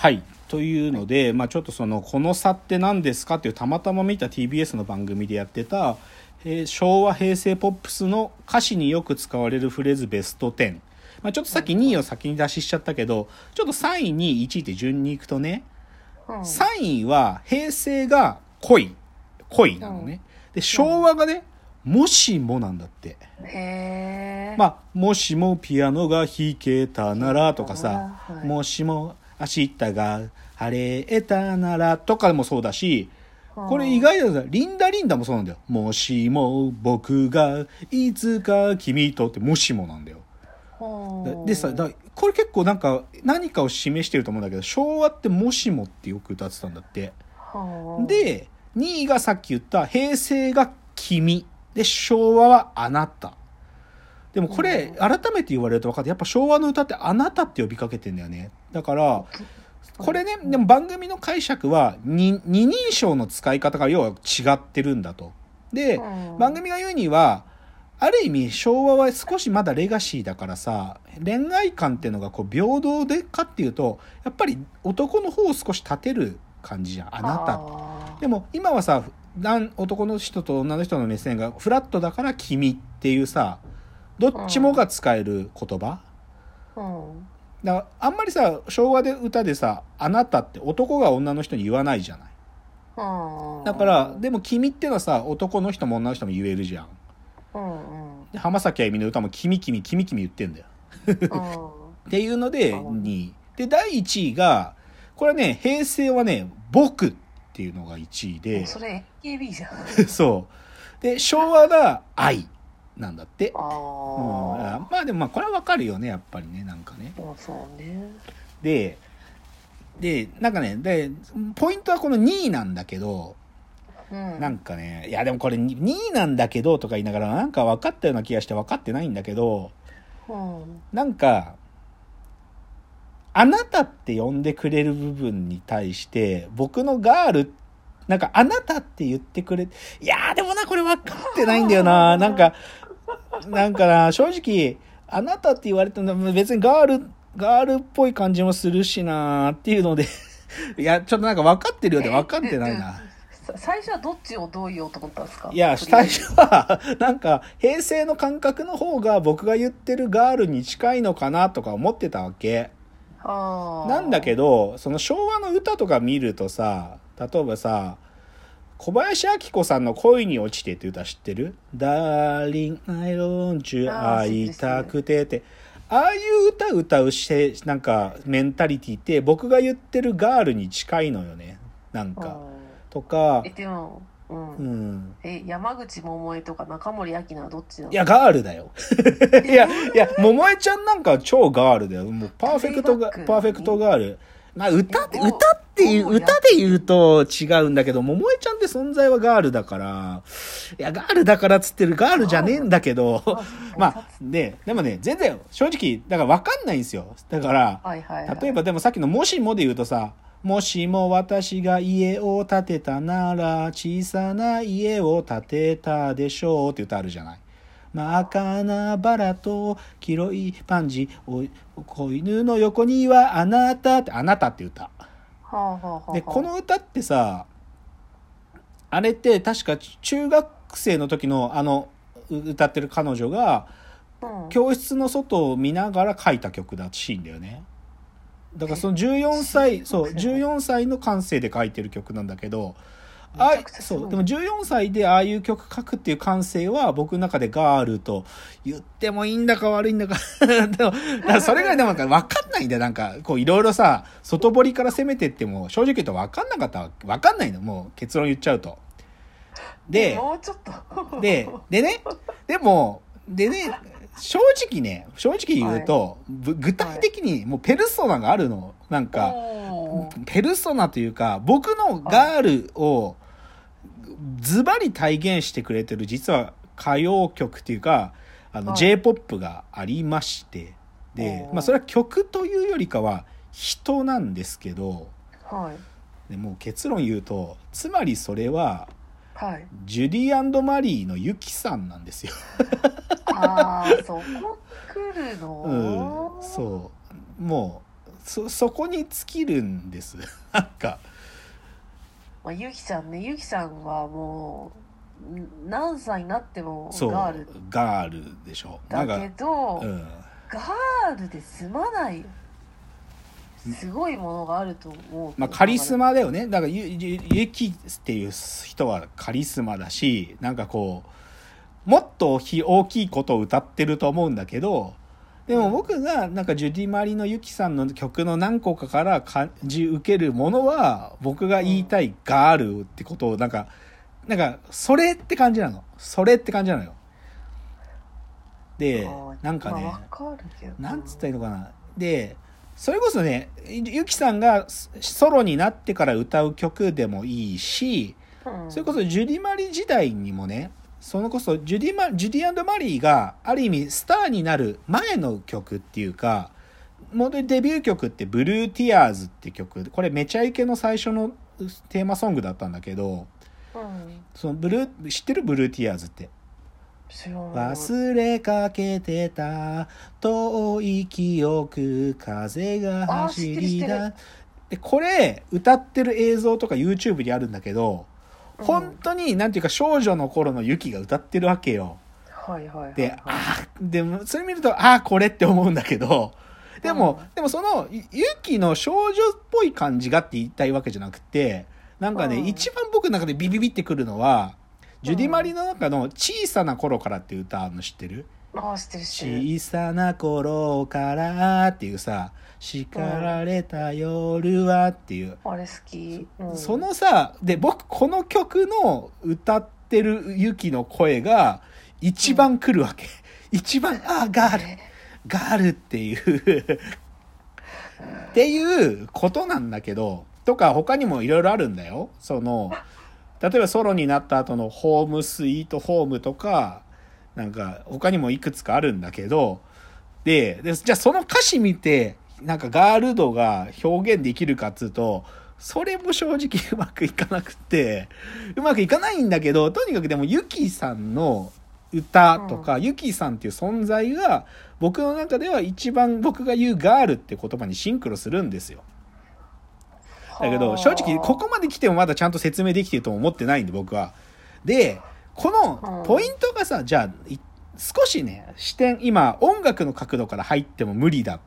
はい。というので、ちょっとこの差って何ですかっていうたまたま見た TBS の番組でやってた、昭和平成ポップスの歌詞によく使われるフレーズベスト10。ちょっとさっき2位を先に出ししちゃったけど、ちょっと3位、2位、1位って順に行くとね、3位は平成が恋なのね。で、昭和がね、もしもなんだって。 へもしもピアノが弾けたならとかさ、もしも明日が晴れたならとかもそうだし、これ意外だよ。リンダリンダもそうなんだよ。もしも僕がいつか君とってもしもなんだよ。でさ、これ結構何かを示してると思うんだけど、昭和ってもしもってよく歌ってたんだって。で、2位がさっき言った平成が君で、昭和はあなた。でもこれ改めて言われると分かって、やっぱ昭和の歌ってあなたって呼びかけてんだよね。だからこれね、でも番組の解釈は二人称の使い方が要は違ってるんだと。で、番組が言うにはある意味昭和は少しまだレガシーだからさ、恋愛観っていうのがこう平等でかっていうと、やっぱり男の方を少し立てる感じじゃん、あなたって。でも今はさ、男の人と女の人の目線がフラットだから君っていうさ、どっちもが使える言葉、だからあんまりさ、昭和で歌でさ、あなたって男が女の人に言わないじゃない。だからでも君ってのはさ、男の人も女の人も言えるじゃん。で浜崎あゆみの歌も君君君君言ってんだよっていうので2位で、第1位がこれね、平成はね、僕っていうのが1位で、 それ AKB じゃんそうで、昭和が愛なんだって。でもこれはわかるよね、やっぱりね、 そうね。 でポイントはこの2位なんだけど、いやでもこれ2位なんだけどとか言いながら分かったような気がして分かってないんだけど、あなたって呼んでくれる部分に対して僕のガールあなたって言ってくれ、いやでもこれ分かってないんだよな。正直あなたって言われても別にガールっぽい感じもするしなっていうのでいやちょっと分かってるようで分かってないな。 最初はどっちをどう言おうと思ったんですか？ いや最初は平成の感覚の方が僕が言ってるガールに近いのかなとか思ってたわけなんだけど、その昭和の歌とか見るとさ、例えばさ、小林明子さんの恋に落ちてって歌知ってる？ダーリンアイロンチュ会いたくてって、ああいう歌うしてメンタリティって僕が言ってるガールに近いのよね。とかでも山口百恵とか中森明菜はどっちなの？ いやガールだよいや百恵ちゃん超ガールだよ。もうパーフェクトガール。歌で言うと違うんだけど、百恵ちゃんって存在はガールだから、いやガールだからっつってるガールじゃねえんだけどでもね、全然正直分かんないんですよ。だから、例えばでもさっきのもしもで言うとさ、もしも私が家を建てたなら小さな家を建てたでしょうって歌あるじゃない。赤なバラと黄色いパンジ子犬の横にはあなたって歌で、この歌ってさ、あれって確か中学生の時の歌ってる彼女が教室の外を見ながら書いた曲らしいんだよね。だからその14歳の感性で書いてる曲なんだけど、でも14歳でああいう曲書くっていう感性は僕の中でガールと言ってもいいんだか悪いんだかでもそれぐらいでも分かんないんだよ。いろいろさ、外堀から攻めてっても正直言うと分かんなかったわ。分かんないの、もう結論言っちゃうと。 もうちょっとで正直言うと、具体的にもうペルソナがあるの。ペルソナというか、僕のガールをズバリ体現してくれてる、実は歌謡曲っていうかJ-POP がありまして、でそれは曲というよりかは人なんですけど、でもう結論言うと、つまりそれはジュディ&マリーのユキさんなんですよそこ来るの？ そう、もうそこに尽きるんですなんか、 まあ、ゆきさんね、ゆきさんはもう何歳になってもそうガールガールでしょ。 だけど、 うん、 ガールで済まないよ。すごいものがあると思う。 まあカリスマだよね。だからゆきっていう人はカリスマだし、なんかこうもっと大きいことを歌ってると思うんだけど、でも僕がなんかジュディ・マリのゆきさんの曲の何個かから感じ受けるものは、僕が言いたいガールってことをなんかそれって感じなの。それって感じなのよ。で、なんかね、なんつったらいいのかな。で、それこそね、ゆきさんがソロになってから歌う曲でもいいし、それこそジュディ・マリ時代にもね、それこそジュディ&マリーがある意味スターになる前の曲っていうか、もうデビュー曲ってブルーティアーズって曲、これめちゃイケの最初のテーマソングだったんだけど、その知ってるブルーティアーズって。忘れかけてた遠い記憶、風が走りだ。でこれ歌ってる映像とか YouTube にあるんだけど、本当になんていうか少女の頃のユキが歌ってるわけよ。で、でもそれ見るとこれって思うんだけど、でもそのユキの少女っぽい感じがって言いたいわけじゃなくて、なんかね、一番僕の中でビビビってくるのは、ジュディ・マリの中の小さな頃からっていう歌の知ってる？ 知ってる。 小さな頃からっていうさ、叱られた夜はっていう。 あれ好き。 そのさ、で、僕この曲の歌ってるユキの声が一番来るわけ。一番、ガールっていうっていうことなんだけど、とか他にもいろいろあるんだよ。その、例えばソロになった後のホームスイートホームとか、なんか他にもいくつかあるんだけど、でじゃあその歌詞見てなんかガール度が表現できるかっつうと、それも正直うまくいかなくて、うまくいかないんだけど、とにかくでもユキさんの歌とか、ユキさんっていう存在が僕の中では一番僕が言うガールって言葉にシンクロするんですよ。だけど正直ここまで来てもまだちゃんと説明できてるとも思ってないんで僕は。でこのポイントがさ、じゃあ少しね視点、今音楽の角度から入っても無理だった、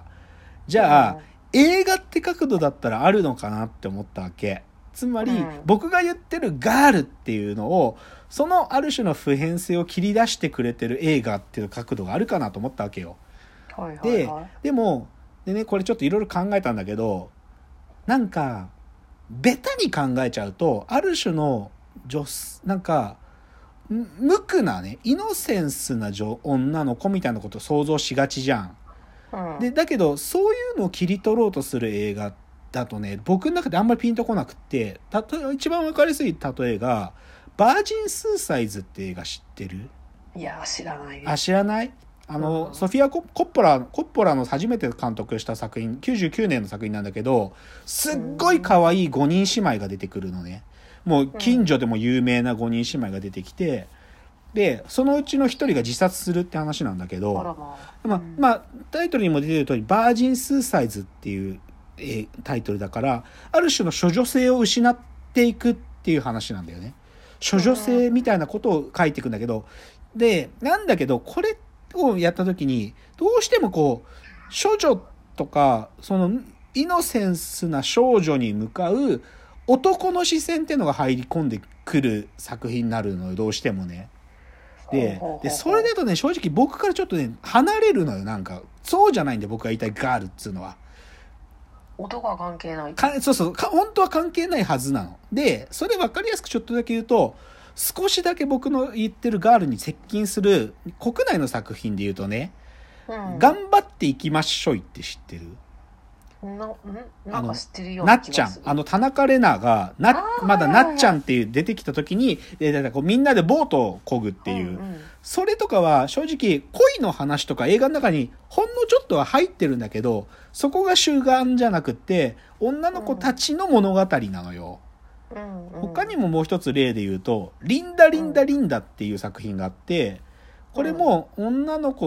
じゃあ映画って角度だったらあるのかなって思ったわけ。つまり僕が言ってるガールっていうのを、そのある種の普遍性を切り出してくれてる映画っていう角度があるかなと思ったわけよ。でもね、これちょっといろいろ考えたんだけど、なんかベタに考えちゃうと、ある種のなんか無垢なね、イノセンスな女の子みたいなことを想像しがちじゃん。でだけどそういうのを切り取ろうとする映画だとね、僕の中であんまりピンとこなくって、一番わかりやすい例えがバージン・スーサイズって映画知ってる？ いや知らない。 知らない？ソフィア・コッポラの初めて監督した作品、99年の作品なんだけど、すっごい可愛い5人姉妹が出てくるのね。もう近所でも有名な5人姉妹が出てきて、でそのうちの1人が自殺するって話なんだけど、まあタイトルにも出てる通りバージン・スーサイズっていうタイトルだから、ある種の処女性を失っていくっていう話なんだよね。処女性みたいなことを書いていくんだけど、でなんだけどこれをやった時にどうしてもこう処女とかそのイノセンスな少女に向かう男の視線っていうのが入り込んでくる作品になるのよ、どうしてもね。でそれだとね、正直僕からちょっとね離れるのよ。なんかそうじゃないんで、僕が言いたいガールっつうのは男は関係ない。 そう本当は関係ないはずなので、それ分かりやすくちょっとだけ言うと、少しだけ僕の言ってるガールに接近する国内の作品で言うとね、頑張っていきましょいって知ってる？ なんか知ってるような気がする。 なっちゃん、田中玲奈がまだなっちゃんっていう出てきた時に、こうみんなでボートを漕ぐっていう、それとかは正直恋の話とか映画の中にほんのちょっとは入ってるんだけど、そこが主眼じゃなくって女の子たちの物語なのよ。他にももう一つ例で言うとリンダ・リンダ・リンダっていう作品があって、これも女の子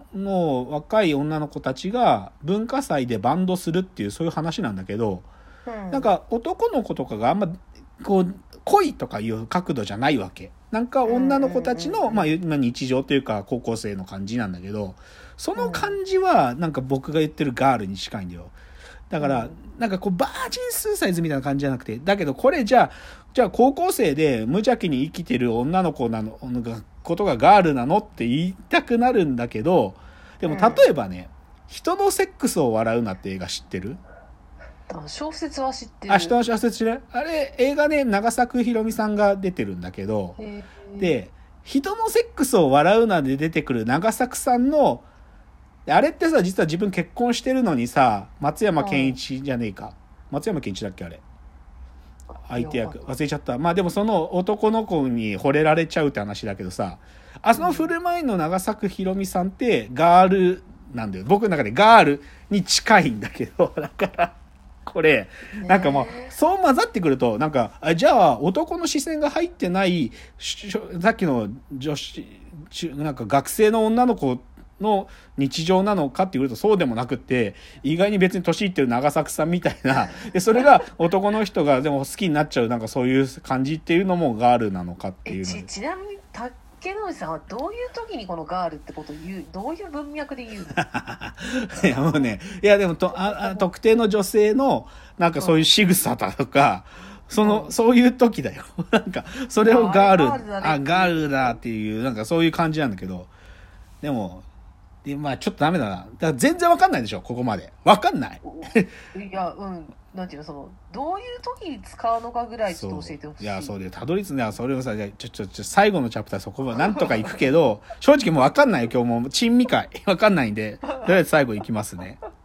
の若い女の子たちが文化祭でバンドするっていうそういう話なんだけど、なんか男の子とかがあんまこう恋とかいう角度じゃないわけ。なんか女の子たちの、まあ日常というか高校生の感じなんだけど、その感じはなんか僕が言ってるガールに近いんだよ。だからなんかこうバージンスーサイズみたいな感じじゃなくて、だけどこれじゃあ高校生で無邪気に生きてる女の子なのことがガールなのって言いたくなるんだけど、でも例えばね、人のセックスを笑うなって映画知ってる？ 小説は知ってる。 あ、小説知る？あれ映画ね、長作ひろみさんが出てるんだけど、で人のセックスを笑うなで出てくる長作さんのあれってさ、実は自分結婚してるのにさ、松山ケンイチじゃねえか、松山ケンイチだっけあれ、相手役忘れちゃった。まあでもその男の子に惚れられちゃうって話だけどさ、その振る舞いの長作ひろみさんってガールなんだよ。僕の中でガールに近いんだけど、だからこれなんかもうそう混ざってくると、なんかじゃあ男の視線が入ってないさっきの女子なんか学生の女の子の日常なのかっていうとそうでもなくって、意外に別に年いってる長作さんみたいなで、それが男の人がでも好きになっちゃうなんかそういう感じっていうのもガールなのかっていうの。 ちなみに竹野内さんはどういう時にこのガールってことを言う、どういう文脈で言うの？ いやもうね、いやでも特定の女性のなんかそういう仕草だとか、そういう時だよ。なんかそれをガールだっていうなんかそういう感じなんだけど、でもまあちょっとダメだな。だから全然わかんないでしょ、ここまで。わかんない。 いや、なんていうの、どういう時に使うのかぐらいちょっと教えてほしい。 いや、そうで、たどり着くね、それをさ、最後のチャプターそこはなんとか行くけど、正直もうわかんないよ、今日も。珍味会。わかんないんで、とりあえず最後行きますね。